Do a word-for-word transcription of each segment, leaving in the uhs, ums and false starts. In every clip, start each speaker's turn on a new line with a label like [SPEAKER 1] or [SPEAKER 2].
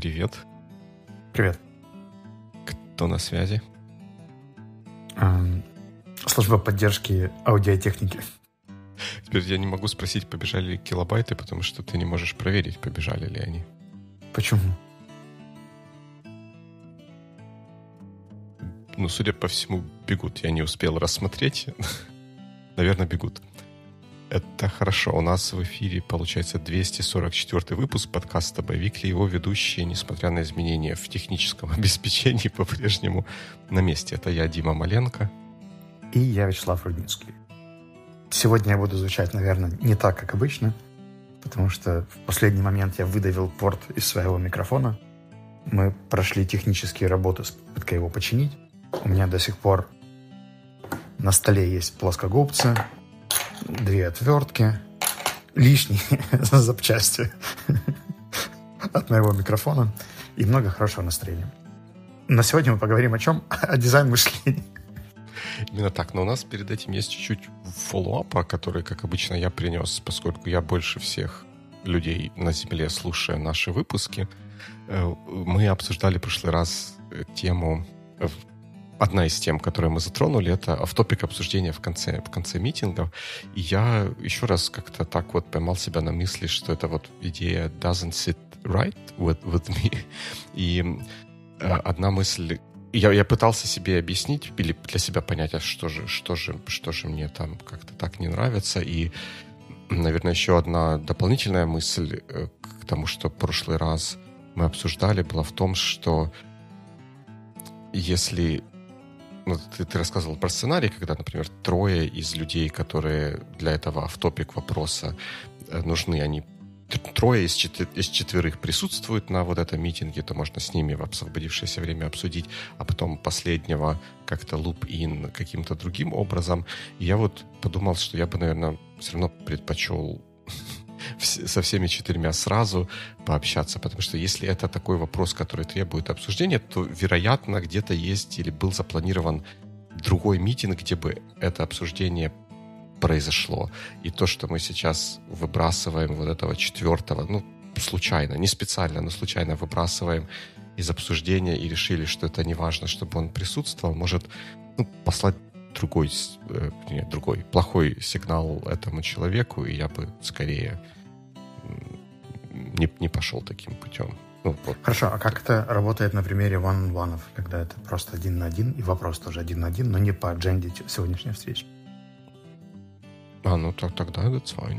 [SPEAKER 1] привет.
[SPEAKER 2] Привет.
[SPEAKER 1] Кто на связи?
[SPEAKER 2] Эм, служба поддержки аудиотехники.
[SPEAKER 1] Теперь я не могу спросить, побежали ли килобайты, потому что ты не можешь проверить, побежали ли они.
[SPEAKER 2] Почему?
[SPEAKER 1] Ну, судя по всему, бегут. Я не успел рассмотреть. Наверное, бегут. Это хорошо. У нас в эфире, получается, двести сорок четвёртый выпуск подкаста «Боевикли». Его ведущие, несмотря на изменения в техническом обеспечении, по-прежнему на месте. Это я, Дима Маленко.
[SPEAKER 2] И я, Вячеслав Рудницкий. Сегодня я буду звучать, наверное, не так, как обычно, потому что в последний момент я выдавил порт из своего микрофона. Мы прошли технические работы с попыткой его починить. У меня до сих пор на столе есть плоскогубцы, две отвертки, лишние запчасти от моего микрофона и много хорошего настроения. Но сегодня мы поговорим о чем? О дизайн-мышлении.
[SPEAKER 1] Именно так. Но у нас перед этим есть чуть-чуть фоллоуапа, который, как обычно, я принес, поскольку я больше всех людей на Земле, слушая наши выпуски. Мы обсуждали в прошлый раз тему... Одна из тем, которые мы затронули, это офф-топик обсуждения в конце, в конце митингов. И я еще раз как-то так вот поймал себя на мысли, что это вот идея doesn't sit right with, with me. И э, одна мысль... Я, я пытался себе объяснить или для себя понять, а что же, что же, что же мне там как-то так не нравится. И, наверное, еще одна дополнительная мысль э, к тому, что в прошлый раз мы обсуждали, была в том, что если... Ну, ты, ты рассказывал про сценарий, когда, например, трое из людей, которые для этого офф-топик вопроса нужны, они трое из, четвер, из четверых присутствуют на вот этом митинге, то можно с ними в освободившееся время обсудить, а потом последнего как-то луп-ин каким-то другим образом. И я вот подумал, что я бы, наверное, все равно предпочел со всеми четырьмя сразу пообщаться, потому что если это такой вопрос, который требует обсуждения, то, вероятно, где-то есть или был запланирован другой митинг, где бы это обсуждение произошло. И то, что мы сейчас выбрасываем вот этого четвертого, ну, случайно, не специально, но случайно выбрасываем из обсуждения и решили, что это не важно, чтобы он присутствовал, может, ну, послать другой, э, нет, другой, плохой сигнал этому человеку, и я бы скорее не, не пошел таким путем. Ну, вот.
[SPEAKER 2] Хорошо, а как это работает на примере one-on-one, когда это просто один на один, и вопрос тоже один на один, но не по адженде сегодняшней встречи?
[SPEAKER 1] А, ну так, тогда that's fine.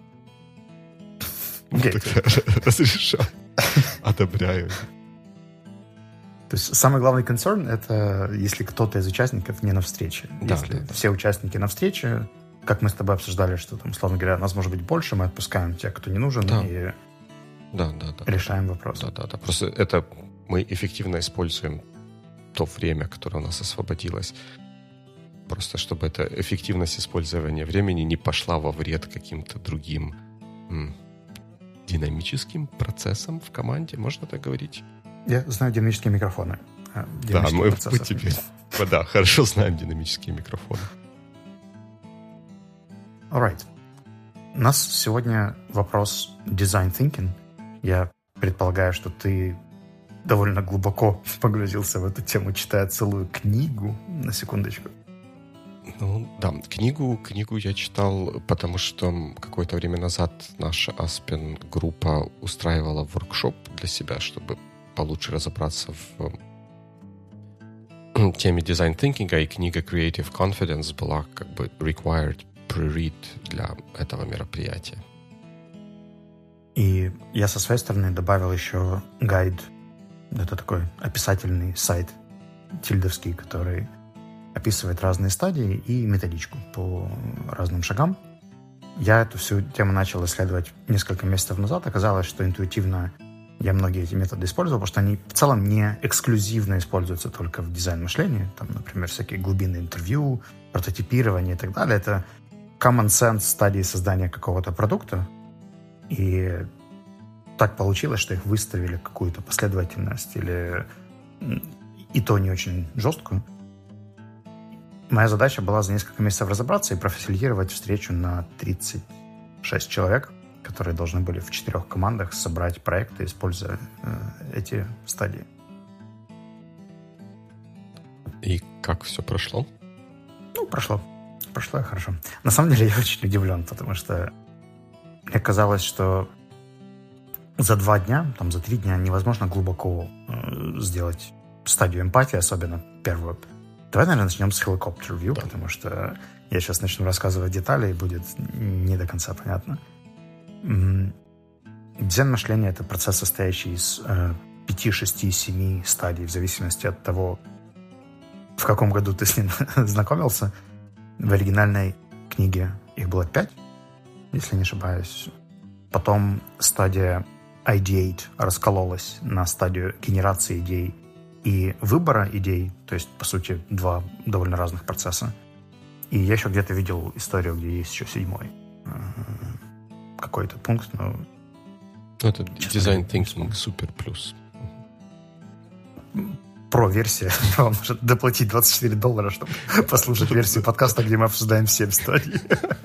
[SPEAKER 2] Okay.
[SPEAKER 1] Тогда разрешаю. Одобряю.
[SPEAKER 2] То есть самый главный концерн — это если кто-то из участников не на встрече.
[SPEAKER 1] Да,
[SPEAKER 2] если
[SPEAKER 1] да, да.
[SPEAKER 2] все участники на встрече, как мы с тобой обсуждали, что там, условно говоря, нас может быть больше, мы отпускаем тех, кто не нужен,
[SPEAKER 1] да.
[SPEAKER 2] и
[SPEAKER 1] да, да, да,
[SPEAKER 2] решаем вопрос.
[SPEAKER 1] Да, да, да. Просто это мы эффективно используем то время, которое у нас освободилось. Просто чтобы эта эффективность использования времени не пошла во вред каким-то другим м, динамическим процессам в команде. Можно так говорить?
[SPEAKER 2] Я знаю динамические микрофоны.
[SPEAKER 1] Да, мы, мы теперь да, хорошо знаем динамические микрофоны.
[SPEAKER 2] Alright. У нас сегодня вопрос design thinking. Я предполагаю, что ты довольно глубоко погрузился в эту тему, читая целую книгу, на секундочку.
[SPEAKER 1] Ну, да, книгу, книгу я читал, потому что какое-то время назад наша Aspen группа устраивала воркшоп для себя, чтобы получше разобраться в теме design thinking, и книга Creative Confidence была как бы required pre-read для этого мероприятия.
[SPEAKER 2] И я со своей стороны добавил еще гайд. Это такой описательный сайт тильдовский, который описывает разные стадии и методичку по разным шагам. Я эту всю тему начал исследовать несколько месяцев назад. Оказалось, что интуитивно я многие эти методы использовал, потому что они в целом не эксклюзивно используются только в дизайн-мышлении. Там, например, всякие глубинные интервью, прототипирование и так далее. Это common sense стадии создания какого-то продукта. И так получилось, что их выставили какую-то последовательность или и то не очень жесткую. Моя задача была за несколько месяцев разобраться и профасилитировать встречу на тридцать шесть человек, которые должны были в четырех командах собрать проекты, используя э, эти стадии.
[SPEAKER 1] И как все прошло?
[SPEAKER 2] Ну, прошло. Прошло хорошо. На самом деле я очень удивлен, потому что мне казалось, что за два дня, там, за три дня невозможно глубоко э, сделать стадию эмпатии, особенно первую. Давай, наверное, начнем с helicopter view, да. Потому что я сейчас начну рассказывать детали, и будет не до конца понятно. Дизайн мышления — это процесс, состоящий из э, пяти, шести, семи стадий, в зависимости от того, в каком году ты с ним знакомился. В оригинальной книге их было пять, если не ошибаюсь. Потом стадия ideate раскололась на стадию генерации идей и выбора идей, то есть, по сути, два довольно разных процесса. И я еще где-то видел историю, где есть еще седьмой какой-то пункт, но...
[SPEAKER 1] Это Design Thinking Super Plus.
[SPEAKER 2] Про-версия. Вам нужно доплатить двадцать четыре доллара, чтобы послушать версию подкаста, где мы обсуждаем семь стадий.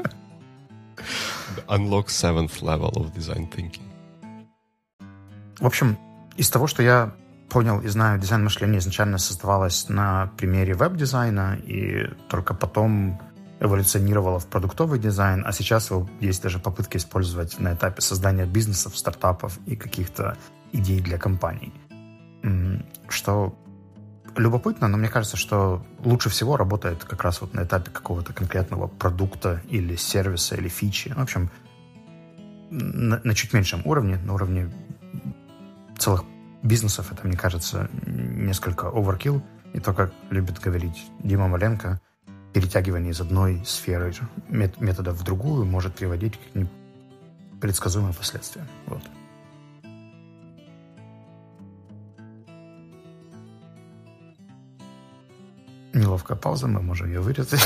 [SPEAKER 1] Unlock seventh level of Design Thinking.
[SPEAKER 2] В общем, из того, что я понял и знаю, дизайн мышления изначально создавалось на примере веб-дизайна и только потом эволюционировало в продуктовый дизайн, а сейчас есть даже попытки использовать на этапе создания бизнесов, стартапов и каких-то идей для компаний. Что любопытно, но мне кажется, что лучше всего работает как раз вот на этапе какого-то конкретного продукта или сервиса, или фичи. В общем, на, на чуть меньшем уровне, на уровне целых бизнесов, это, мне кажется, несколько overkill. И то, как любит говорить Дима Маленко, перетягивание из одной сферы метода в другую может приводить к непредсказуемым последствиям. Вот. Неловкая пауза, мы можем ее вырезать.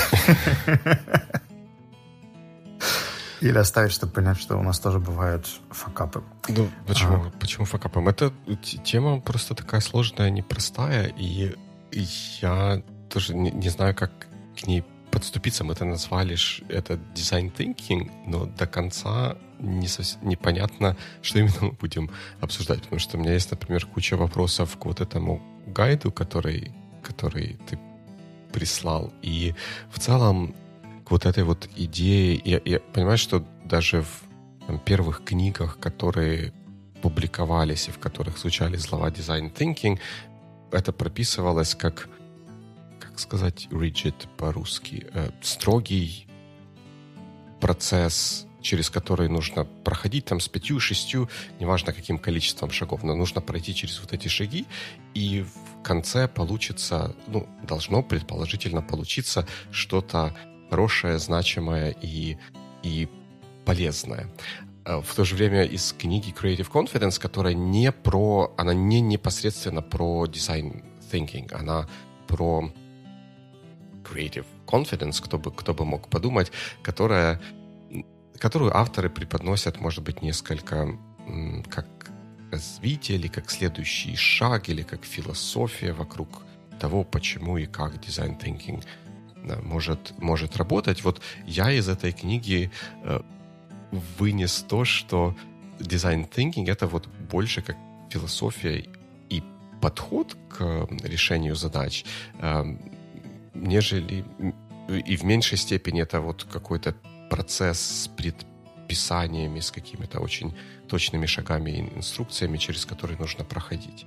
[SPEAKER 2] Или оставить, чтобы понять, что у нас тоже бывают факапы.
[SPEAKER 1] Ну, почему, а. почему факапы? Это тема просто такая сложная, непростая, и я тоже не, не знаю, как к ней подступиться. Мы это назвали это design thinking, но до конца не совсем, непонятно, что именно мы будем обсуждать, потому что у меня есть, например, куча вопросов к вот этому гайду, который, который ты прислал, и в целом к вот этой вот идее, я, я понимаю, что даже в там, первых книгах, которые публиковались и в которых звучали слова design thinking, это прописывалось как, как сказать rigid по-русски, э, строгий процесс, через который нужно проходить там с пятью, шестью, неважно каким количеством шагов, но нужно пройти через вот эти шаги, и в конце получится, ну, должно предположительно получиться что-то хорошее, значимое и, и полезное. В то же время из книги Creative Confidence, которая не про, она не непосредственно про design thinking, она про Creative Confidence, кто бы, кто бы мог подумать, которая, которую авторы преподносят, может быть, несколько как развитие, или как следующий шаг, или как философия вокруг того, почему и как design thinking может, может работать. Вот я из этой книги э, вынес то, что design thinking — это вот больше как философия и подход к решению задач, э, нежели и в меньшей степени это вот какой-то процесс с предписаниями, с какими-то очень точными шагами и инструкциями, через которые нужно проходить.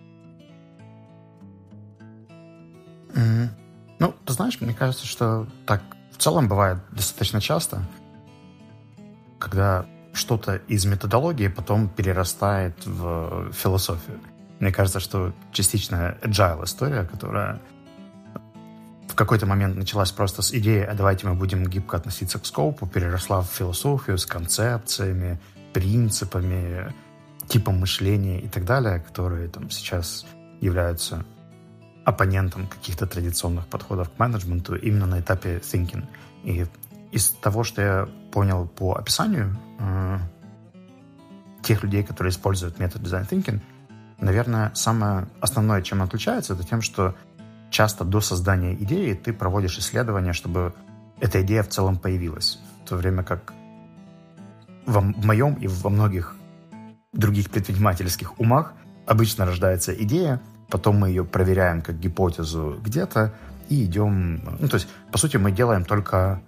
[SPEAKER 2] Mm-hmm. Ну, ты знаешь, мне кажется, что так в целом бывает достаточно часто, когда что-то из методологии потом перерастает в философию. Мне кажется, что частично agile история, которая в какой-то момент началась просто с идеи, а давайте мы будем гибко относиться к скопу, переросла в философию с концепциями, принципами, типом мышления и так далее, которые там сейчас являются оппонентом каких-то традиционных подходов к менеджменту именно на этапе thinking. И из того, что я понял по описанию э, тех людей, которые используют метод design thinking, наверное, самое основное, чем он отличается, это тем, что часто до создания идеи ты проводишь исследования, чтобы эта идея в целом появилась. В то время как во, в моем и во многих других предпринимательских умах обычно рождается идея, потом мы ее проверяем как гипотезу где-то и идем... Ну, то есть, по сути, мы делаем только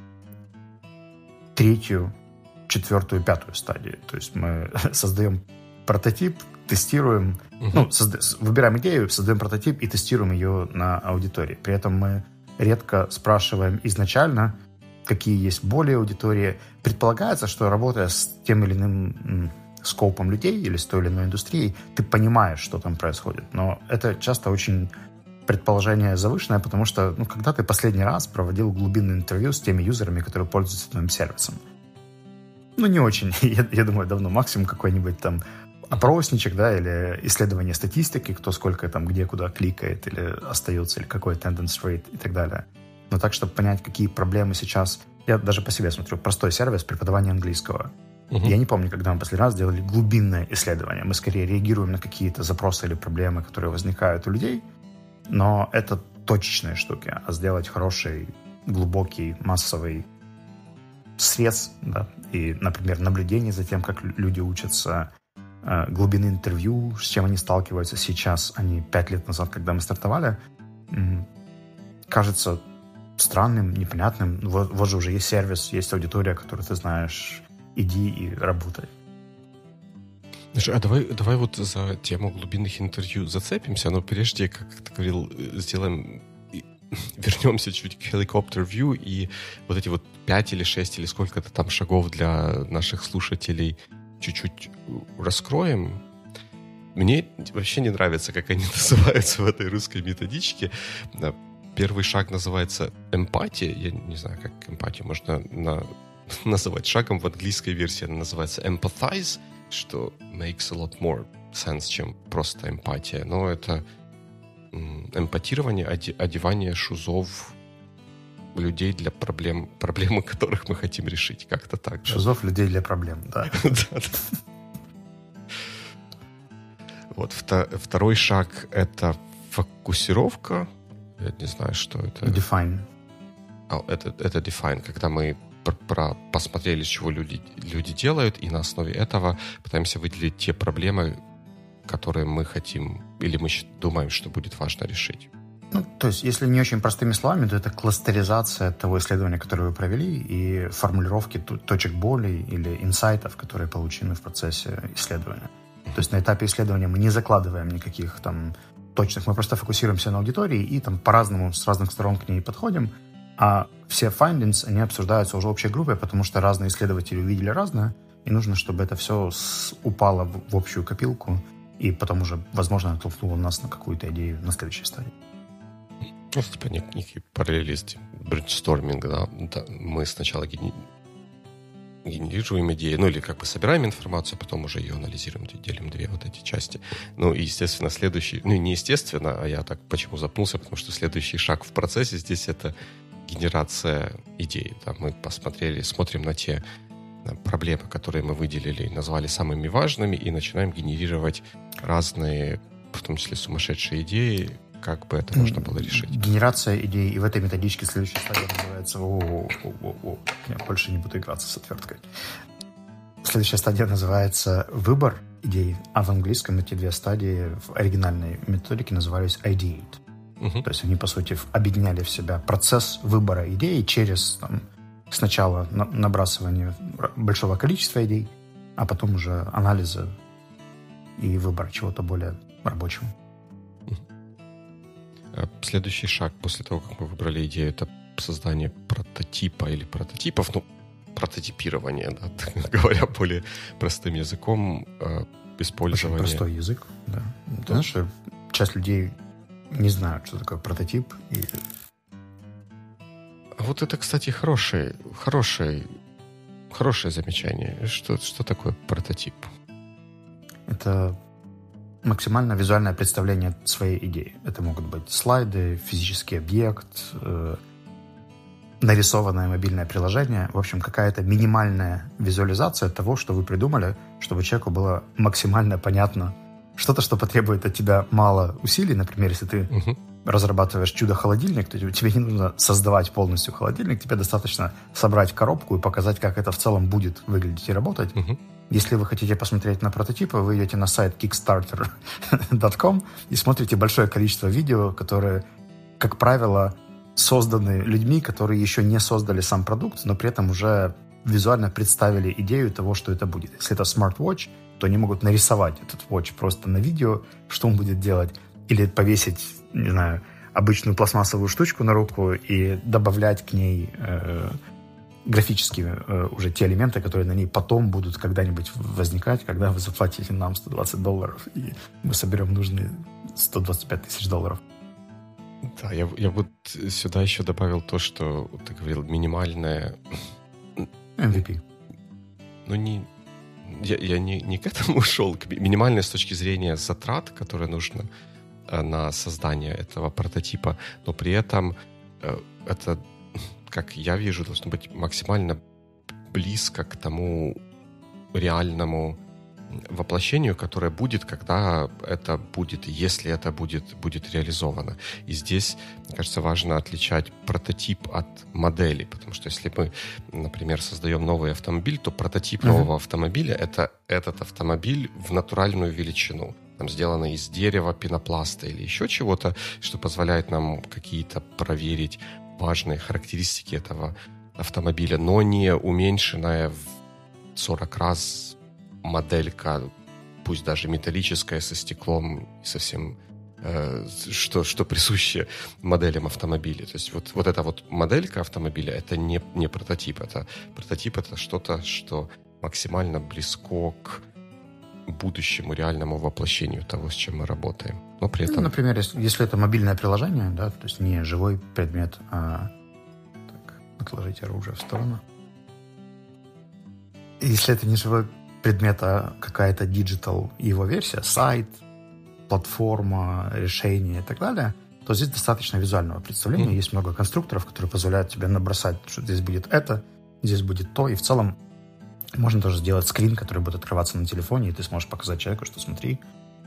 [SPEAKER 2] третью, четвертую, пятую стадию. То есть мы создаем прототип, тестируем, uh-huh. ну, созда- выбираем идею, создаем прототип и тестируем ее на аудитории. При этом мы редко спрашиваем изначально, какие есть боли аудитории. Предполагается, что работая с тем или иным м, скопом людей или с той или иной индустрией, ты понимаешь, что там происходит. Но это часто очень предположение завышенное, потому что ну, когда ты последний раз проводил глубинное интервью с теми юзерами, которые пользуются твоим сервисом? Ну, не очень. Я, я думаю, давно. Максимум какой-нибудь там опросничек, да, или исследование статистики, кто сколько там, где, куда кликает, или остается, или какой attendance rate и так далее. Но так, чтобы понять, какие проблемы сейчас... Я даже по себе смотрю. Простой сервис преподавания английского. Uh-huh. Я не помню, когда мы последний раз делали глубинное исследование. Мы скорее реагируем на какие-то запросы или проблемы, которые возникают у людей, но это точечные штуки. А сделать хороший, глубокий, массовый срез, да, и, например, наблюдение за тем, как люди учатся, глубины интервью, с чем они сталкиваются сейчас, а не пять лет назад, когда мы стартовали, кажется странным, непонятным. Вот, вот же уже есть сервис, есть аудитория, которую ты знаешь. Иди и работай.
[SPEAKER 1] А давай, давай вот за тему глубинных интервью зацепимся, но прежде, как ты говорил, сделаем... вернемся чуть к Helicopter View и вот эти вот пять или шесть или сколько-то там шагов для наших слушателей чуть-чуть раскроем. Мне вообще не нравится, как они называются в этой русской методичке. Первый шаг называется эмпатия. Я не знаю, как эмпатию можно на... называть шагом. В английской версии она называется empathize, что makes a lot more sense, чем просто эмпатия. Но это эмпатирование, одевание шузов людей для проблем, проблемы которых мы хотим решить. Как-то так.
[SPEAKER 2] Шузов людей для проблем, да.
[SPEAKER 1] Вот второй шаг — это фокусировка. Я не знаю, что это.
[SPEAKER 2] Define.
[SPEAKER 1] Это, это define, когда мы про, посмотрели, чего люди, люди делают, и на основе этого пытаемся выделить те проблемы, которые мы хотим или мы думаем, что будет важно решить.
[SPEAKER 2] Ну, то есть, если не очень простыми словами, то это кластеризация того исследования, которое вы провели, и формулировки точек боли или инсайтов, которые получены в процессе исследования. Mm-hmm. То есть на этапе исследования мы не закладываем никаких там точных, мы просто фокусируемся на аудитории и там по-разному с разных сторон к ней подходим, а все findings, они обсуждаются уже в общей группе, потому что разные исследователи увидели разное, и нужно, чтобы это все упало в, в общую копилку, и потом уже, возможно, натолкнуло нас на какую-то идею на следующей стадии.
[SPEAKER 1] Ну, типа некий параллелист, брейнсторминг, да. да. Мы сначала гени... генерируем идеи, ну или как бы собираем информацию, а потом уже ее анализируем, делим две вот эти части. Ну и, естественно, следующий, ну не естественно, а я так почему запнулся, потому что следующий шаг в процессе здесь это генерация идей. Да. Мы посмотрели, смотрим на те проблемы, которые мы выделили и назвали самыми важными, и начинаем генерировать разные, в том числе сумасшедшие идеи, как бы это можно было решить.
[SPEAKER 2] Генерация идей. И в этой методичке следующая стадия называется... О-о-о-о-о. Я больше не буду играться с отверткой. Следующая стадия называется выбор идей. А в английском эти две стадии в оригинальной методике назывались ideate. Uh-huh. То есть они, по сути, объединяли в себя процесс выбора идей через там, сначала набрасывание большого количества идей, а потом уже анализа и выбора чего-то более рабочего.
[SPEAKER 1] Следующий шаг после того, как мы выбрали идею, это создание прототипа или прототипов, ну, прототипирование, да, говоря более простым языком, использование...
[SPEAKER 2] Очень простой язык, да. Ты знаешь, что часть людей не знают, что такое прототип. И...
[SPEAKER 1] Вот это, кстати, хорошее, хорошее, хорошее замечание. Что, что такое прототип?
[SPEAKER 2] Это максимально визуальное представление своей идеи. Это могут быть слайды, физический объект, э, нарисованное мобильное приложение. В общем, какая-то минимальная визуализация того, что вы придумали, чтобы человеку было максимально понятно. Что-то, что потребует от тебя мало усилий. Например, если ты uh-huh. разрабатываешь чудо-холодильник, то тебе не нужно создавать полностью холодильник, тебе достаточно собрать коробку и показать, как это в целом будет выглядеть и работать. Uh-huh. Если вы хотите посмотреть на прототипы, вы идете на сайт кикстартер точка ком и смотрите большое количество видео, которые, как правило, созданы людьми, которые еще не создали сам продукт, но при этом уже визуально представили идею того, что это будет. Если это смарт-вотч, то они могут нарисовать этот watch просто на видео, что он будет делать, или повесить, не знаю, обычную пластмассовую штучку на руку и добавлять к ней э, графически э, уже те элементы, которые на ней потом будут когда-нибудь возникать, когда вы заплатите нам сто двадцать долларов, и мы соберем нужные сто двадцать пять тысяч долларов.
[SPEAKER 1] Да, я, я вот сюда еще добавил то, что ты говорил, минимальное...
[SPEAKER 2] эм ви пи.
[SPEAKER 1] Ну, не... Я, я не, не к этому шел, к минимальной с точки зрения затрат, которые нужно на создание этого прототипа, но при этом это, как я вижу, должно быть максимально близко к тому реальному воплощению, которое будет, когда это будет, если это будет, будет реализовано. И здесь, мне кажется, важно отличать прототип от модели, потому что если мы, например, создаем новый автомобиль, то прототип uh-huh. нового автомобиля — это этот автомобиль в натуральную величину, там, сделано из дерева, пенопласта или еще чего-то, что позволяет нам какие-то проверить важные характеристики этого автомобиля, но не уменьшенная в сорок раз моделька, пусть даже металлическая, со стеклом, совсем э, что, что присуще моделям автомобилей. То есть вот, вот эта вот моделька автомобиля — это не, не прототип. Это, прототип — это что-то, что максимально близко к будущему реальному воплощению того, с чем мы работаем. Но при этом...
[SPEAKER 2] Ну, например, если, если это мобильное приложение, да, то есть не живой предмет, а... Так, отложите оружие в сторону. Если это не живой предмет, а какая-то диджитал его версия, сайт, платформа, решение и так далее, то здесь достаточно визуального представления. Mm-hmm. Есть много конструкторов, которые позволяют тебе набросать, что здесь будет это, здесь будет то, и в целом можно тоже сделать скрин, который будет открываться на телефоне, и ты сможешь показать человеку, что смотри,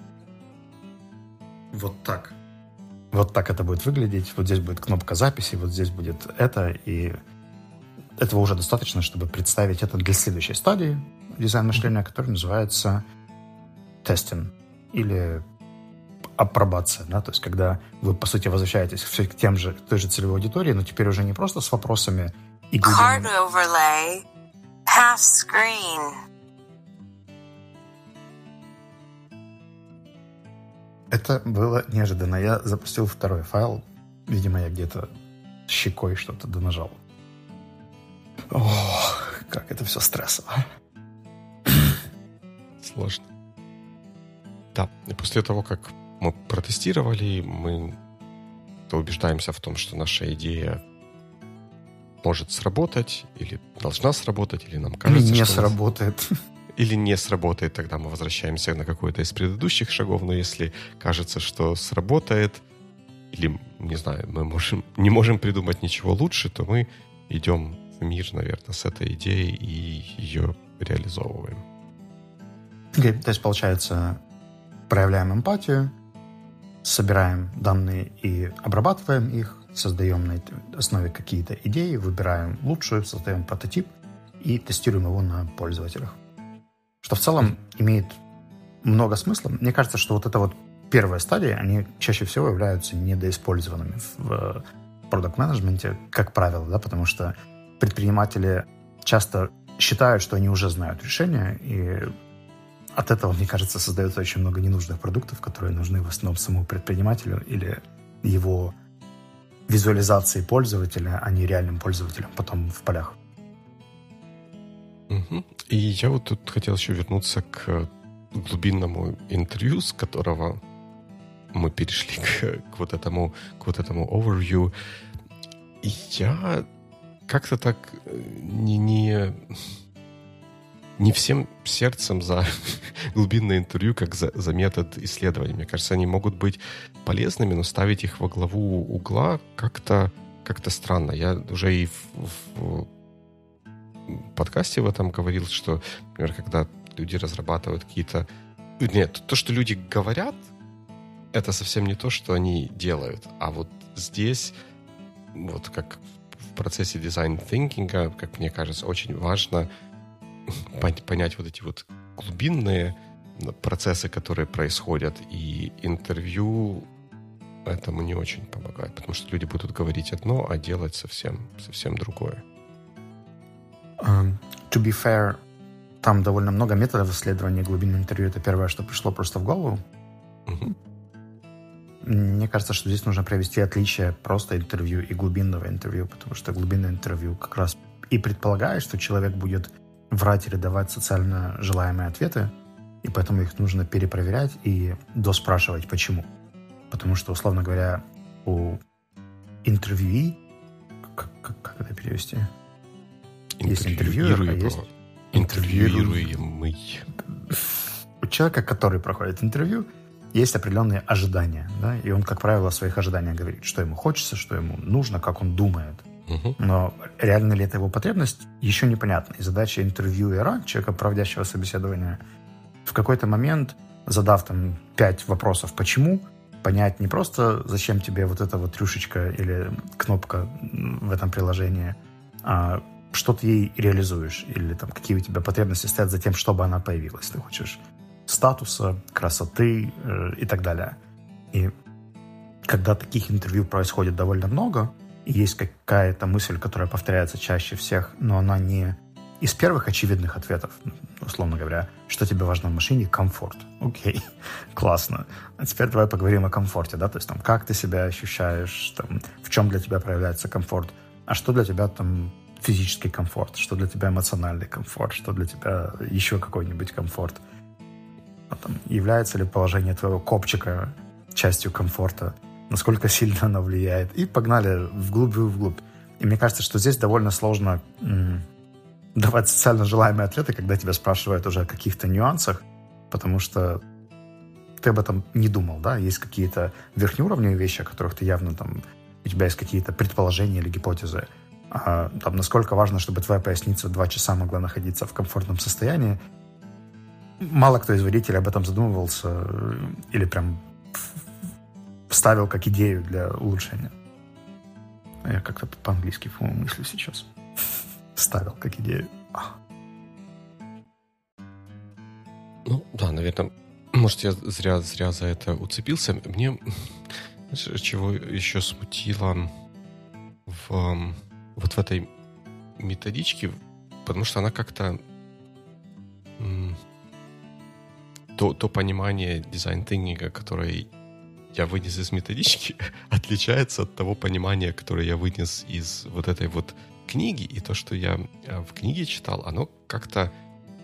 [SPEAKER 2] вот так. Вот так это будет выглядеть. Вот здесь будет кнопка записи, вот здесь будет это, и этого уже достаточно, чтобы представить это для следующей стадии дизайн-мышления, которая называется тестинг или апробация, да, то есть когда вы, по сути, возвращаетесь все к тем же, к той же целевой аудитории, но теперь уже не просто с вопросами и
[SPEAKER 3] Card overlay, half screen.
[SPEAKER 2] Это было неожиданно. Я запустил второй файл. Видимо, я где-то щекой что-то донажал. Ох, как это все стрессово.
[SPEAKER 1] Сложно. Да, и после того, как мы протестировали, мы убеждаемся в том, что наша идея может сработать, или должна сработать, или нам кажется,
[SPEAKER 2] или не
[SPEAKER 1] что
[SPEAKER 2] сработает.
[SPEAKER 1] Или не сработает, тогда мы возвращаемся на какой-то из предыдущих шагов, но если кажется, что сработает, или, не знаю, мы можем, не можем придумать ничего лучше, то мы идем в мир, наверное, с этой идеей и ее реализовываем.
[SPEAKER 2] Okay, то есть, получается, проявляем эмпатию, собираем данные и обрабатываем их, создаем на этой основе какие-то идеи, выбираем лучшую, создаем прототип и тестируем его на пользователях. Что в целом имеет много смысла. Мне кажется, что вот эта вот первая стадия, они чаще всего являются недоиспользованными в продакт-менеджменте, как правило, да, потому что предприниматели часто считают, что они уже знают решение, и от этого, мне кажется, создается очень много ненужных продуктов, которые нужны в основном самому предпринимателю или его визуализации пользователя, а не реальным пользователям потом в полях.
[SPEAKER 1] Угу. И я вот тут хотел еще вернуться к глубинному интервью, с которого мы перешли к, к вот этому к вот этому overview. И я как-то так не, не, не всем сердцем за глубинное интервью, как за, за метод исследования. Мне кажется, они могут быть полезными, но ставить их во главу угла как-то, как-то странно. Я уже и в, в подкасте в этом говорил, что, например, когда люди разрабатывают какие-то... Нет, то, что люди говорят, это совсем не то, что они делают. А вот здесь, вот как в процессе дизайн-тинкинга, как мне кажется, очень важно понять вот эти вот глубинные процессы, которые происходят, и интервью этому не очень помогает, потому что люди будут говорить одно, а делать совсем, совсем другое.
[SPEAKER 2] Um, to be fair, там довольно много методов исследования глубины интервью. Это первое, что пришло просто в голову.
[SPEAKER 1] Uh-huh.
[SPEAKER 2] Мне кажется, что здесь нужно провести отличие просто интервью и глубинного интервью, потому что глубинное интервью как раз и предполагает, что человек будет врать или давать социально желаемые ответы, и поэтому их нужно перепроверять и доспрашивать, почему. Потому что, условно говоря, у интервьюи, как, как, как это перевести? Есть интервьюер, а есть
[SPEAKER 1] интервьюируемый.
[SPEAKER 2] У человека, который проходит интервью, есть определенные ожидания, да, и он, как правило, о своих ожиданиях говорит, что ему хочется, что ему нужно, как он думает.
[SPEAKER 1] Uh-huh.
[SPEAKER 2] Но реально ли это его потребность, еще непонятно. И задача интервьюера, человека, проводящего собеседование, в какой-то момент, задав там пять вопросов «почему?», понять не просто, зачем тебе вот эта вот рюшечка или кнопка в этом приложении, а что ты ей реализуешь, или там какие у тебя потребности стоят за тем, чтобы она появилась. Ты хочешь статуса, красоты э, и так далее. И когда таких интервью происходит довольно много, и есть какая-то мысль, которая повторяется чаще всех, но она не из первых очевидных ответов, условно говоря, что тебе важно в машине? Комфорт. Окей, классно. А теперь давай поговорим о комфорте, да, то есть там, как ты себя ощущаешь, там, в чем для тебя проявляется комфорт, а что для тебя там физический комфорт, что для тебя эмоциональный комфорт, что для тебя еще какой-нибудь комфорт. А там, является ли положение твоего копчика частью комфорта, насколько сильно оно влияет. И погнали вглубь и вглубь. И мне кажется, что здесь довольно сложно м- давать социально желаемые ответы, когда тебя спрашивают уже о каких-то нюансах, потому что ты об этом не думал, да? Есть какие-то верхнеуровневые вещи, о которых ты явно там... У тебя есть какие-то предположения или гипотезы. А, там, насколько важно, чтобы твоя поясница два часа могла находиться в комфортном состоянии. Мало кто из водителей об этом задумывался или прям вставил как идею для улучшения. Я как-то по-английски, по-моему, мыслю сейчас. Вставил как идею.
[SPEAKER 1] Ну, да, наверное, может, я зря, зря за это уцепился. Мне, знаешь, чего еще смутило в, вот в этой методичке, потому что она как-то то, то понимание дизайн-тинкинга, которое я вынес из методички, отличается от того понимания, которое я вынес из вот этой вот книги. И то, что я в книге читал, оно как-то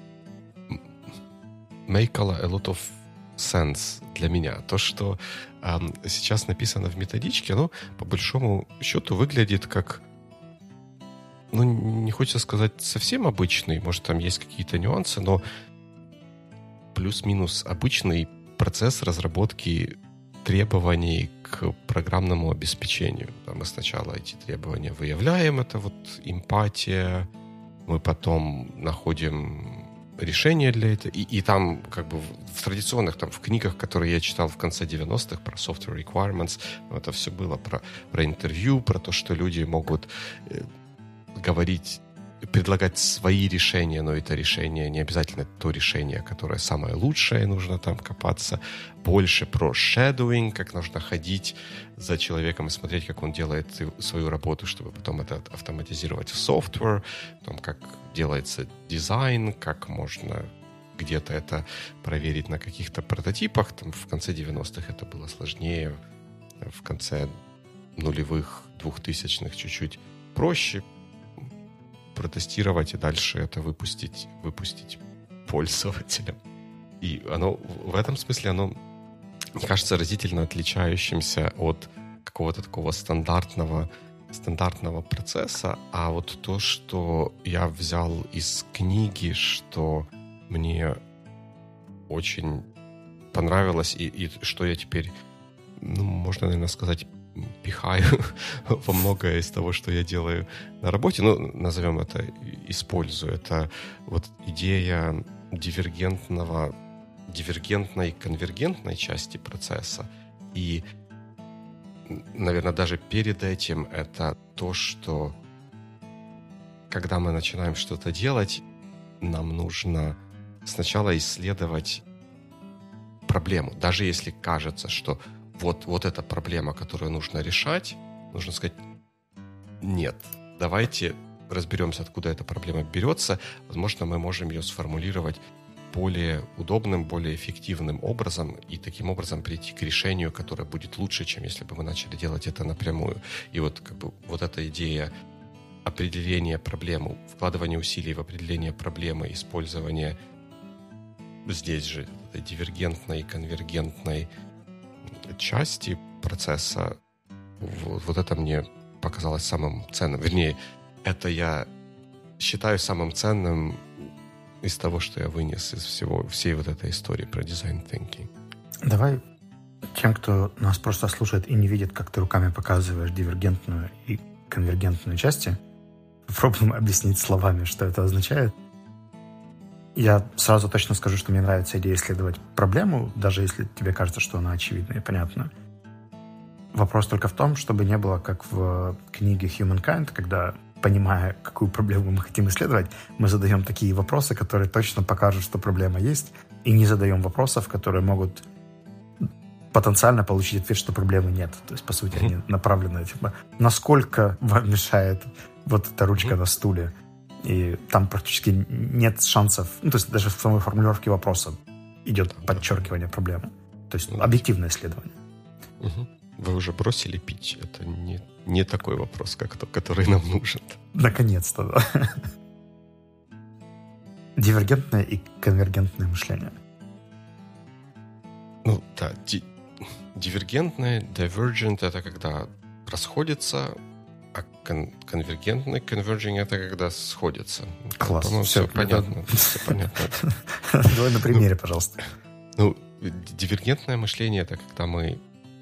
[SPEAKER 1] make a lot of sense для меня. То, что эм, сейчас написано в методичке, оно по большому счету выглядит как, ну, не хочется сказать совсем обычный, может, там есть какие-то нюансы, но плюс-минус обычный процесс разработки требований к программному обеспечению. Мы сначала эти требования выявляем, это вот эмпатия, мы потом находим решение для этого, и, и там как бы в, в традиционных, там в книгах, которые я читал в конце девяностых про software requirements, это все было про, про интервью, про то, что люди могут э, говорить, предлагать свои решения, но это решение не обязательно то решение, которое самое лучшее, нужно там копаться. Больше про shadowing, как нужно ходить за человеком и смотреть, как он делает свою работу, чтобы потом это автоматизировать в software, потом как делается дизайн, как можно где-то это проверить на каких-то прототипах. Там в конце девяностых это было сложнее, в конце нулевых, двухтысячных чуть-чуть проще протестировать и дальше это выпустить, выпустить пользователям. И оно в этом смысле оно, мне кажется, разительно отличающимся от какого-то такого стандартного, стандартного процесса. А вот то, что я взял из книги, что мне очень понравилось и, и что я теперь, ну, можно, наверное, сказать, пихаю во многое из того, что я делаю на работе. Ну, назовем это, использую. Это вот идея дивергентного, дивергентной, конвергентной части процесса. И, наверное, даже перед этим это то, что когда мы начинаем что-то делать, нам нужно сначала исследовать проблему. Даже если кажется, что вот, вот эта проблема, которую нужно решать, нужно сказать, нет, давайте разберемся, откуда эта проблема берется. Возможно, мы можем ее сформулировать более удобным, более эффективным образом и таким образом прийти к решению, которое будет лучше, чем если бы мы начали делать это напрямую. И вот, как бы, вот эта идея определения проблемы, вкладывания усилий в определение проблемы, использование здесь же этой дивергентной, конвергентной части процесса, вот, вот это мне показалось самым ценным. Вернее, это я считаю самым ценным из того, что я вынес из всего, всей вот этой истории про design thinking.
[SPEAKER 2] Давай тем, кто нас просто слушает и не видит, как ты руками показываешь дивергентную и конвергентную части, попробуем объяснить словами, что это означает. Я сразу точно скажу, что мне нравится идея исследовать проблему, даже если тебе кажется, что она очевидна и понятна. Вопрос только в том, чтобы не было, как в книге Humankind, когда, понимая, какую проблему мы хотим исследовать, мы задаем такие вопросы, которые точно покажут, что проблема есть, и не задаем вопросов, которые могут потенциально получить ответ, что проблемы нет. То есть, по сути, они направлены, типа, насколько вам мешает вот эта ручка на стуле. И там практически нет шансов, ну, то есть даже в самой формулировке вопроса идет подчеркивание проблемы. То есть объективное исследование.
[SPEAKER 1] Вы уже бросили пить. Это не, не такой вопрос, как тот, который нам нужен.
[SPEAKER 2] Наконец-то, да. Дивергентное и конвергентное мышление.
[SPEAKER 1] Ну, да. Ди- дивергентное, divergent — это когда расходится, а кон- конвергентный, converging — это когда сходится.
[SPEAKER 2] Класс.
[SPEAKER 1] По-моему,
[SPEAKER 2] все,
[SPEAKER 1] все понятно. Все понятно.
[SPEAKER 2] Давай на примере, пожалуйста.
[SPEAKER 1] Ну, дивергентное мышление — это когда мы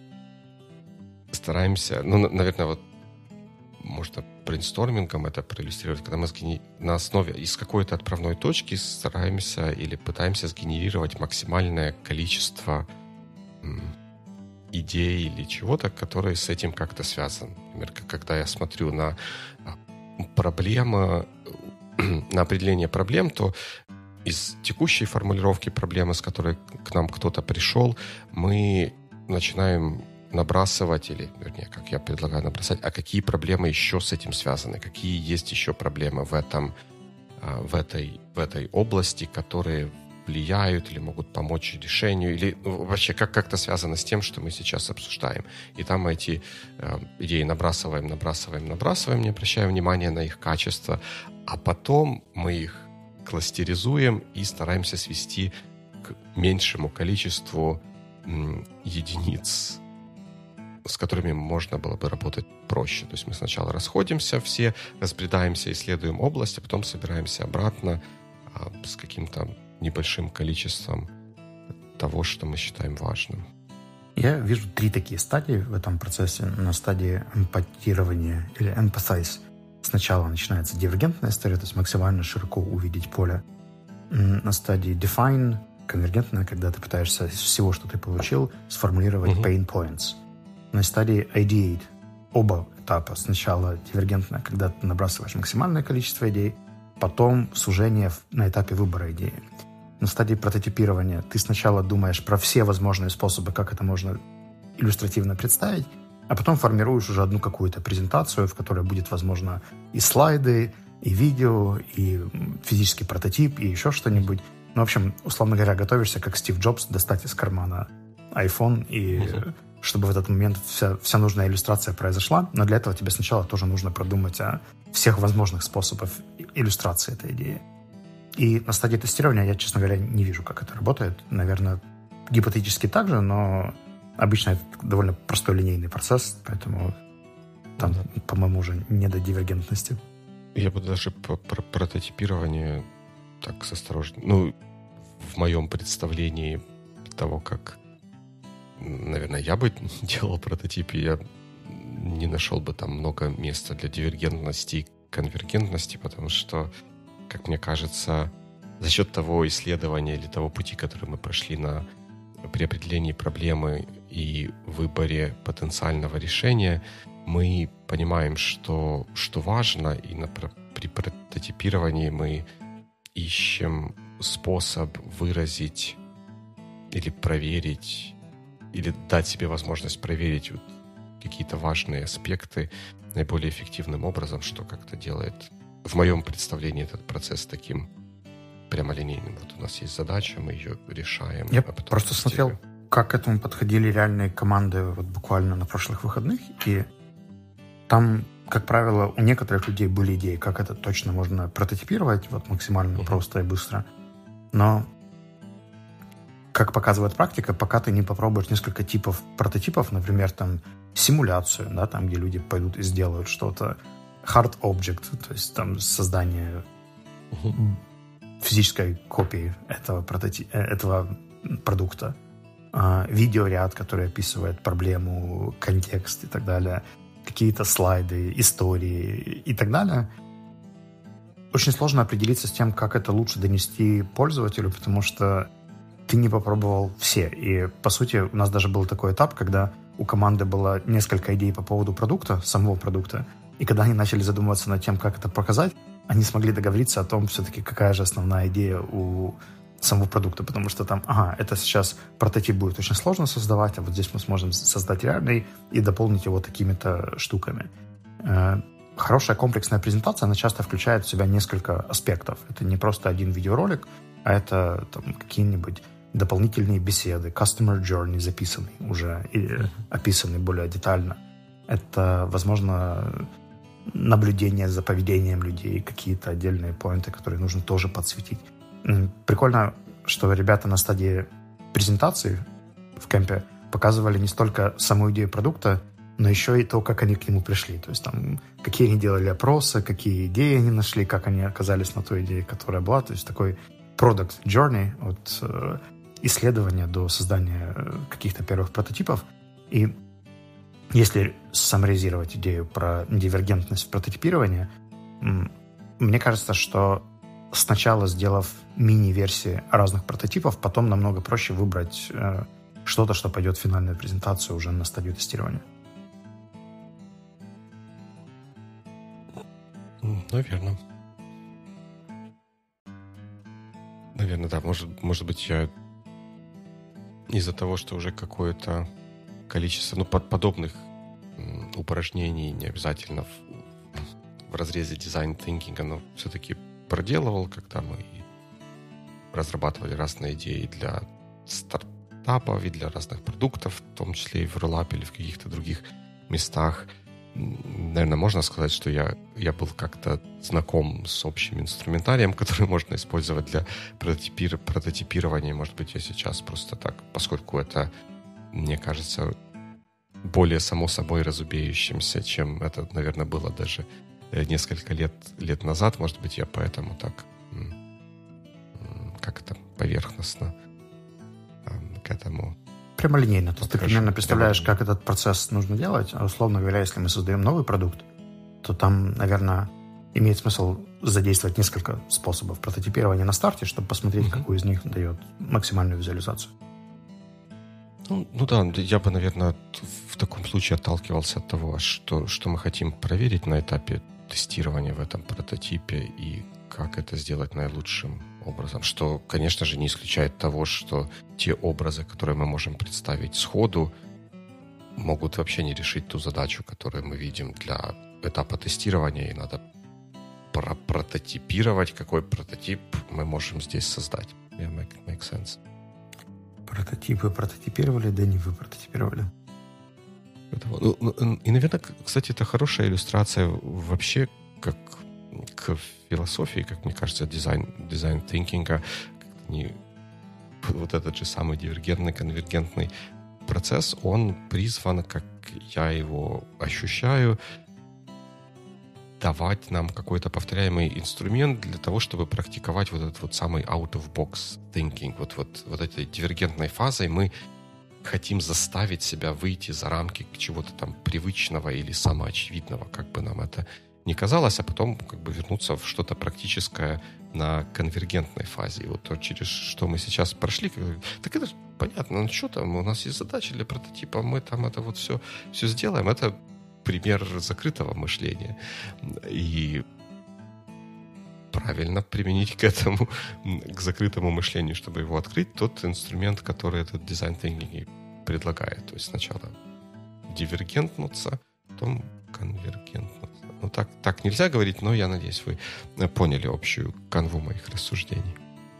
[SPEAKER 1] стараемся, ну, наверное, вот можно брейнстормингом это проиллюстрировать, когда мы сгени... на основе из какой-то отправной точки стараемся или пытаемся сгенерировать максимальное количество м, идей или чего-то, которые с этим как-то связаны. Например, когда я смотрю на проблемы, на определение проблем, то из текущей формулировки проблемы, с которой к нам кто-то пришел, мы начинаем набрасывать, или, вернее, как я предлагаю набросать, а какие проблемы еще с этим связаны, какие есть еще проблемы в этом, в этой, в этой области, которые влияют или могут помочь решению, или ну, вообще как, как-то связано с тем, что мы сейчас обсуждаем. И там мы эти э, идеи набрасываем, набрасываем, набрасываем, не обращая внимания на их качество, а потом мы их кластеризуем и стараемся свести к меньшему количеству м, единиц, с которыми можно было бы работать проще. То есть мы сначала расходимся все, разбредаемся, исследуем область, а потом собираемся обратно а, с каким-то небольшим количеством того, что мы считаем важным.
[SPEAKER 2] Я вижу три такие стадии в этом процессе. На стадии эмпатирования или empathize сначала начинается дивергентная история, то есть максимально широко увидеть поле. На стадии define, конвергентная, когда ты пытаешься из всего, что ты получил, сформулировать uh-huh. pain points. На стадии ideate оба этапа. Сначала дивергентная, когда ты набрасываешь максимальное количество идей, потом сужение на этапе выбора идеи. На стадии прототипирования ты сначала думаешь про все возможные способы, как это можно иллюстративно представить, а потом формируешь уже одну какую-то презентацию, в которой будет, возможно, и слайды, и видео, и физический прототип, и еще что-нибудь. Ну, в общем, условно говоря, готовишься, как Стив Джобс, достать из кармана iPhone и... Uh-huh. чтобы в этот момент вся, вся нужная иллюстрация произошла, но для этого тебе сначала тоже нужно продумать о всех возможных способах иллюстрации этой идеи. И на стадии тестирования я, честно говоря, не вижу, как это работает. Наверное, гипотетически так же, но обычно это довольно простой линейный процесс, поэтому там, да. по-моему, уже не до дивергентности.
[SPEAKER 1] Я бы даже по прототипированию так с осторожностью... Ну, в моем представлении того, как наверное, я бы делал прототип, и я не нашел бы там много места для дивергентности и конвергентности, потому что, как мне кажется, за счет того исследования или того пути, который мы прошли на при определении проблемы и выборе потенциального решения мы понимаем, что, что важно, и на, при прототипировании мы ищем способ выразить или проверить, или дать себе возможность проверить вот какие-то важные аспекты наиболее эффективным образом, что как-то делает, в моем представлении, этот процесс таким прямолинейным. Вот у нас есть задача, мы ее решаем.
[SPEAKER 2] Я
[SPEAKER 1] а потом
[SPEAKER 2] просто смотрел, как к этому подходили реальные команды вот буквально на прошлых выходных, и там, как правило, у некоторых людей были идеи, как это точно можно прототипировать, вот максимально mm-hmm. просто и быстро. Но, как показывает практика, пока ты не попробуешь несколько типов прототипов, например, там симуляцию, да, там, где люди пойдут и сделают что-то, hard object, то есть там создание mm-hmm. физической копии этого, прототип, этого продукта, а, видеоряд, который описывает проблему, контекст и так далее, какие-то слайды, истории и так далее. Очень сложно определиться с тем, как это лучше донести пользователю, потому что ты не попробовал все. И, по сути, у нас даже был такой этап, когда у команды было несколько идей по поводу продукта, самого продукта, и когда они начали задумываться над тем, как это показать, они смогли договориться о том, все-таки какая же основная идея у самого продукта, потому что там, ага, это сейчас прототип будет очень сложно создавать, а вот здесь мы сможем создать реальный и дополнить его такими-то штуками. Хорошая комплексная презентация, она часто включает в себя несколько аспектов. Это не просто один видеоролик, а это там, какие-нибудь дополнительные беседы, customer journey записанный уже и mm-hmm. описанный более детально. Это, возможно, наблюдение за поведением людей, какие-то отдельные поинты, которые нужно тоже подсветить. Прикольно, что ребята на стадии презентации в кемпе показывали не столько саму идею продукта, но еще и то, как они к нему пришли. То есть там, какие они делали опросы, какие идеи они нашли, как они оказались на той идее, которая была. То есть такой product journey от э, исследования до создания каких-то первых прототипов. И если саммаризировать идею про дивергентность в прототипировании, мне кажется, что сначала, сделав мини-версии разных прототипов, потом намного проще выбрать э, что-то, что пойдет в финальную презентацию уже на стадию тестирования.
[SPEAKER 1] Наверное. Наверное, да. Может, может быть, я из-за того, что уже какое-то количество, ну, под подобных м, упражнений, не обязательно в, в разрезе дизайн-тинкинга, но все-таки проделывал, когда мы разрабатывали разные идеи для стартапов и для разных продуктов, в том числе и в Rollup или в каких-то других местах. Наверное, можно сказать, что я, я был как-то знаком с общим инструментарием, который можно использовать для прототипир, прототипирования. Может быть, я сейчас просто так, поскольку это, мне кажется, более само собой разумеющимся, чем это, наверное, было даже несколько лет, лет назад. Может быть, я поэтому так как-то поверхностно к этому...
[SPEAKER 2] Прямолинейно. То есть ты примерно представляешь, как этот процесс нужно делать. А условно говоря, если мы создаем новый продукт, то там, наверное, имеет смысл задействовать несколько способов прототипирования на старте, чтобы посмотреть, mm-hmm. какой из них дает максимальную визуализацию.
[SPEAKER 1] Ну, ну да, я бы, наверное, в таком случае отталкивался от того, что, что мы хотим проверить на этапе тестирования в этом прототипе и как это сделать наилучшим образом. Что, конечно же, не исключает того, что те образы, которые мы можем представить сходу, могут вообще не решить ту задачу, которую мы видим для этапа тестирования, и надо про- прототипировать, какой прототип мы можем здесь создать. Yeah, make, make sense.
[SPEAKER 2] Прототипы прототипировали, да не вы прототипировали.
[SPEAKER 1] И, наверное, кстати, это хорошая иллюстрация вообще как к философии, как мне кажется, дизайн, дизайн тинкинга, вот этот же самый дивергентный, конвергентный процесс, он призван, как я его ощущаю, давать нам какой-то повторяемый инструмент для того, чтобы практиковать вот этот вот самый out-of-box thinking. Вот, вот, вот этой дивергентной фазой мы хотим заставить себя выйти за рамки чего-то там привычного или самоочевидного, как бы нам это ни казалось, а потом как бы вернуться в что-то практическое на конвергентной фазе. И вот то, через что мы сейчас прошли, так это понятно, ну что там, у нас есть задача для прототипа, мы там это вот все, все сделаем. Это пример закрытого мышления. И правильно применить к этому, к закрытому мышлению, чтобы его открыть, тот инструмент, который этот дизайн thinking предлагает. То есть сначала дивергентнуться, потом конвергентнуться. Ну, так, так нельзя говорить, но я надеюсь, вы поняли общую канву моих рассуждений.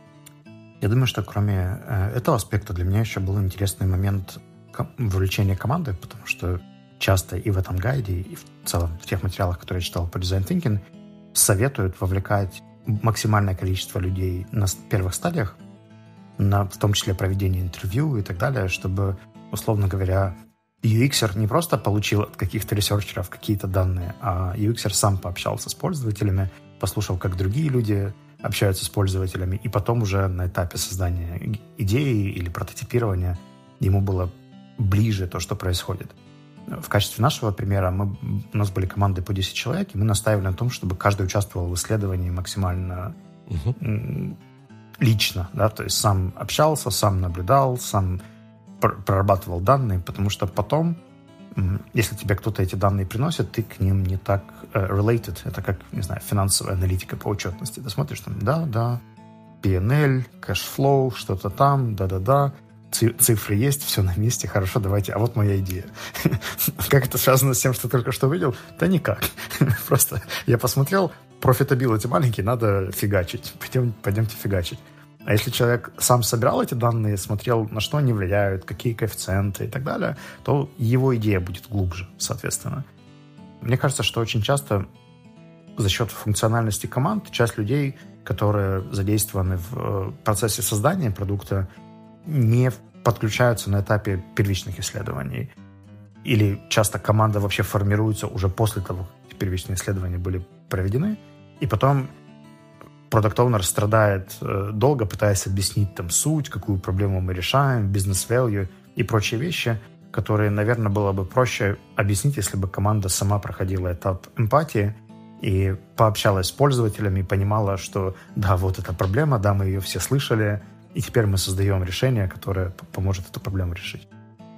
[SPEAKER 2] Я думаю, что кроме этого аспекта для меня еще был интересный момент вовлечения команды, потому что часто и в этом гайде, и в целом в тех материалах, которые я читал по Design Thinking, советуют вовлекать максимальное количество людей на первых стадиях, на, в том числе проведение интервью и так далее, чтобы, условно говоря, ю экс-ер не просто получил от каких-то ресерчеров какие-то данные, а ю экс-ер сам пообщался с пользователями, послушал, как другие люди общаются с пользователями, и потом уже на этапе создания идеи или прототипирования ему было ближе то, что происходит. В качестве нашего примера мы, у нас были команды по десять человек, и мы настаивали на том, чтобы каждый участвовал в исследовании максимально угу. лично, да, то есть сам общался, сам наблюдал, сам пр- прорабатывал данные, потому что потом, если тебе кто-то эти данные приносит, ты к ним не так uh, related. Это как, не знаю, финансовая аналитика по отчетности. Ты смотришь там, да, да, пи эн эл, кэшфлоу, что-то там, да-да-да, цифры есть, все на месте, хорошо, давайте, а вот моя идея. Как это связано с тем, что только что увидел? Да никак. Просто я посмотрел, профитабилити маленький, надо фигачить. Пойдем, пойдемте фигачить. А если человек сам собирал эти данные, смотрел, на что они влияют, какие коэффициенты и так далее, то его идея будет глубже, соответственно. Мне кажется, что очень часто за счет функциональности команд часть людей, которые задействованы в процессе создания продукта, не подключаются на этапе первичных исследований. Или часто команда вообще формируется уже после того, как первичные исследования были проведены, и потом продакт-оунер страдает э, долго, пытаясь объяснить там суть, какую проблему мы решаем, бизнес-value и прочие вещи, которые, наверное, было бы проще объяснить, если бы команда сама проходила этап эмпатии и пообщалась с пользователями и понимала, что да, вот эта проблема, да, мы ее все слышали, и теперь мы создаем решение, которое поможет эту проблему решить.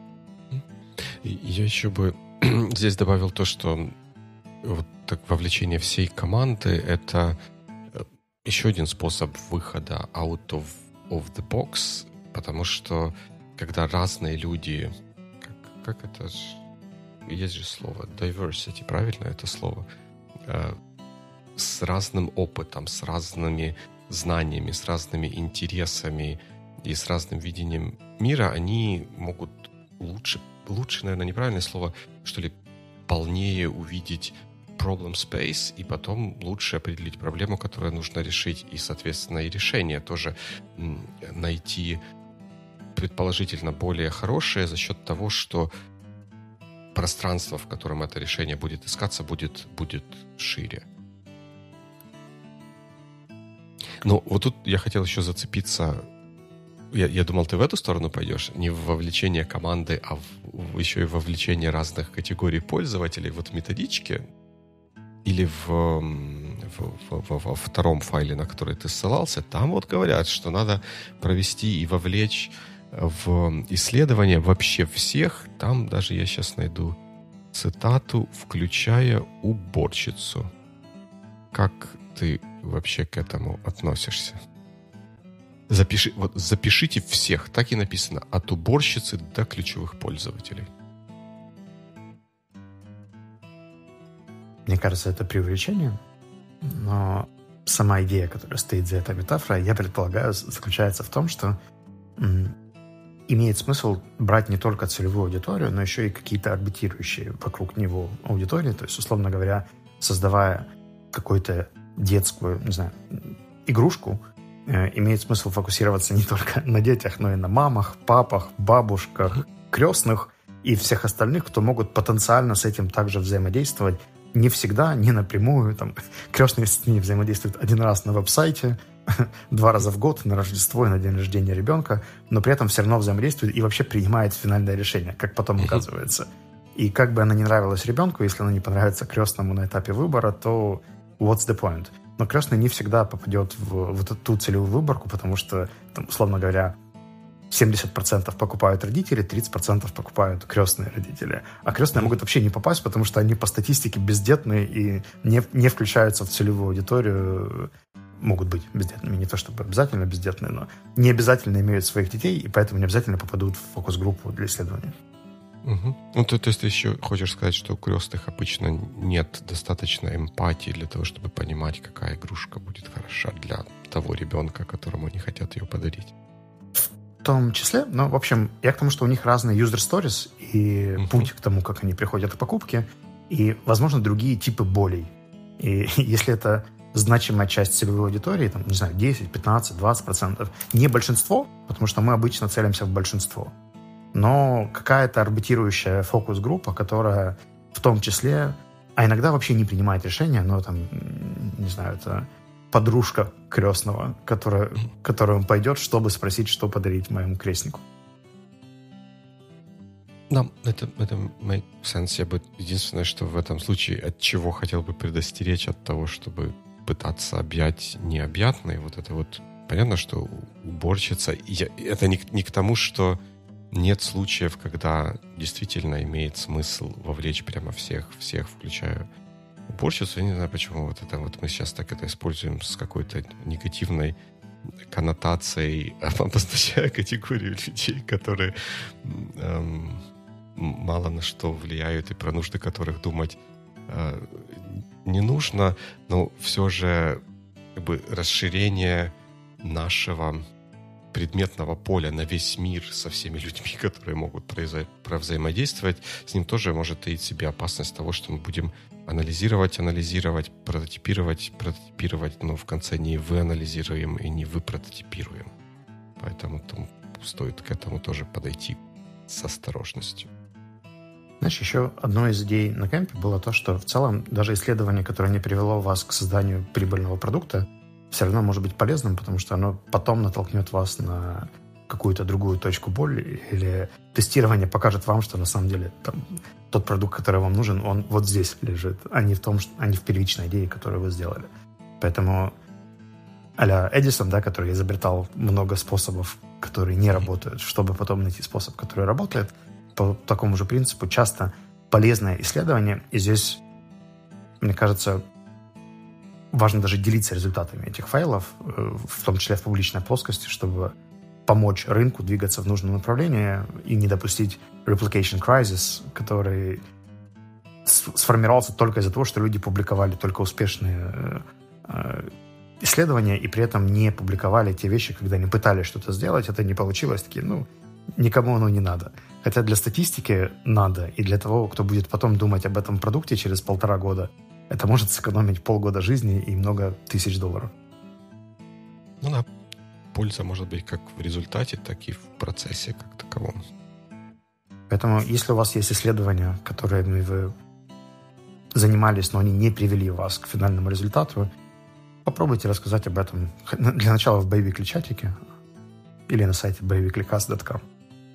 [SPEAKER 1] Я еще бы здесь добавил то, что вот так вовлечение всей команды — это еще один способ выхода out of, of the box, потому что когда разные люди, как, как это же, есть же слово, diversity, правильно это слово, э, с разным опытом, с разными знаниями, с разными интересами и с разным видением мира, они могут лучше, лучше, наверное, неправильное слово, что ли, полнее увидеть problem space и потом лучше определить проблему, которую нужно решить, и, соответственно, и решение тоже найти предположительно более хорошее за счет того, что пространство, в котором это решение будет искаться, будет, будет шире. Но вот тут я хотел еще зацепиться. Я, я думал, ты в эту сторону пойдешь. Не в вовлечение команды, а в, в, еще и в вовлечение разных категорий пользователей. Вот в методичке или в, в, в, во втором файле, на который ты ссылался, там вот говорят, что надо провести и вовлечь в исследование вообще всех. Там даже я сейчас найду цитату, включая уборщицу. Как ты вообще к этому относишься? Запиши, вот запишите всех, так и написано, от уборщицы до ключевых пользователей.
[SPEAKER 2] Мне кажется, это преувеличение, но сама идея, которая стоит за этой метафорой, я предполагаю, заключается в том, что м, имеет смысл брать не только целевую аудиторию, но еще и какие-то орбитирующие вокруг него аудитории, то есть, условно говоря, создавая какую-то детскую, не знаю, игрушку, э, имеет смысл фокусироваться не только на детях, но и на мамах, папах, бабушках, крестных и всех остальных, кто могут потенциально с этим также взаимодействовать. Не всегда, не напрямую. Там, крестные с ней взаимодействуют один раз на веб-сайте, два раза в год, на Рождество и на день рождения ребенка, но при этом все равно взаимодействует и вообще принимает финальное решение, как потом оказывается. И как бы она не нравилась ребенку, если она не понравится крестному на этапе выбора, то what's the point? Но крестный не всегда попадет в вот эту целевую выборку, потому что, там, условно говоря, семьдесят процентов покупают родители, тридцать процентов покупают крестные родители. А крестные могут вообще не попасть, потому что они по статистике бездетные и не, не включаются в целевую аудиторию. Могут быть бездетными, не то чтобы обязательно бездетные, но не обязательно имеют своих детей, и поэтому не обязательно попадут в фокус-группу для исследования.
[SPEAKER 1] Угу. Ну, то, то есть ты еще хочешь сказать, что у крестных обычно нет достаточно эмпатии для того, чтобы понимать, какая игрушка будет хороша для того ребенка, которому они хотят ее подарить?
[SPEAKER 2] В том числе, но, в общем, я к тому, что у них разные user stories и uh-huh. путь к тому, как они приходят к покупке, и, возможно, другие типы болей. И если это значимая часть целевой аудитории, там, не знаю, десять, пятнадцать, двадцать процентов, не большинство, потому что мы обычно целимся в большинство, но какая-то арбитрирующая фокус-группа, которая в том числе, а иногда вообще не принимает решения, но там, не знаю, это подружка крестного, которая, которой он пойдет, чтобы спросить, что подарить моему крестнику.
[SPEAKER 1] Да, это, это make sense. Я бы единственное, что в этом случае, от чего хотел бы предостеречь, от того, чтобы пытаться объять необъятное. Вот это вот понятно, что уборщица... Я, это не, не к тому, что нет случаев, когда действительно имеет смысл вовлечь прямо всех, всех, включая уборщицу. Я не знаю, почему вот это вот мы сейчас так это используем с какой-то негативной коннотацией, обозначая категорию людей, которые эм, мало на что влияют и про нужды которых думать э, не нужно, но все же как бы расширение нашего предметного поля на весь мир со всеми людьми, которые могут произо- взаимодействовать, с ним тоже может таить в себе опасность того, что мы будем анализировать, анализировать, прототипировать, прототипировать, но в конце не вы анализируем и не вы прототипируем. Поэтому там стоит к этому тоже подойти с осторожностью.
[SPEAKER 2] Знаешь, еще одной из идей на кемпе было то, что в целом даже исследование, которое не привело вас к созданию прибыльного продукта, все равно может быть полезным, потому что оно потом натолкнет вас на какую-то другую точку боли, или тестирование покажет вам, что на самом деле там, тот продукт, который вам нужен, он вот здесь лежит, а не в том, что, а не в первичной идее, которую вы сделали. Поэтому а-ля Эдисон, да, который изобретал много способов, которые не работают, чтобы потом найти способ, который работает, по такому же принципу часто полезное исследование, и здесь, мне кажется, важно даже делиться результатами этих файлов, в том числе в публичной плоскости, чтобы помочь рынку двигаться в нужном направлении и не допустить replication crisis, который сформировался только из-за того, что люди публиковали только успешные исследования и при этом не публиковали те вещи, когда они пытались что-то сделать, это не получилось, такие, ну, никому оно не надо. Хотя для статистики надо, и для того, кто будет потом думать об этом продукте через полтора года, это может сэкономить полгода жизни и много тысяч долларов.
[SPEAKER 1] Ну да, польза может быть как в результате, так и в процессе как таковом.
[SPEAKER 2] Поэтому, если у вас есть исследования, которыми вы занимались, но они не привели вас к финальному результату, попробуйте рассказать об этом для начала в Bayweekly чатике или на сайте bayweeklycast точка com.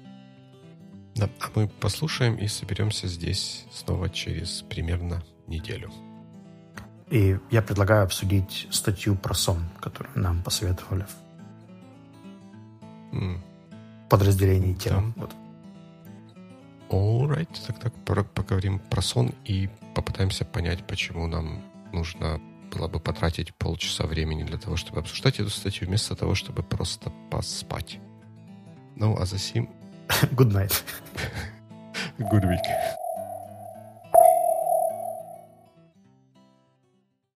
[SPEAKER 1] Да, а мы послушаем и соберемся здесь снова через примерно неделю.
[SPEAKER 2] И я предлагаю обсудить статью про сон, которую нам посоветовали в mm. подразделении тем.
[SPEAKER 1] Да. Вот. Alright, тогда поговорим про сон и попытаемся понять, почему нам нужно было бы потратить полчаса времени для того, чтобы обсуждать эту статью, вместо того, чтобы просто поспать. Ну, а за сим...
[SPEAKER 2] Good night.
[SPEAKER 1] Good week.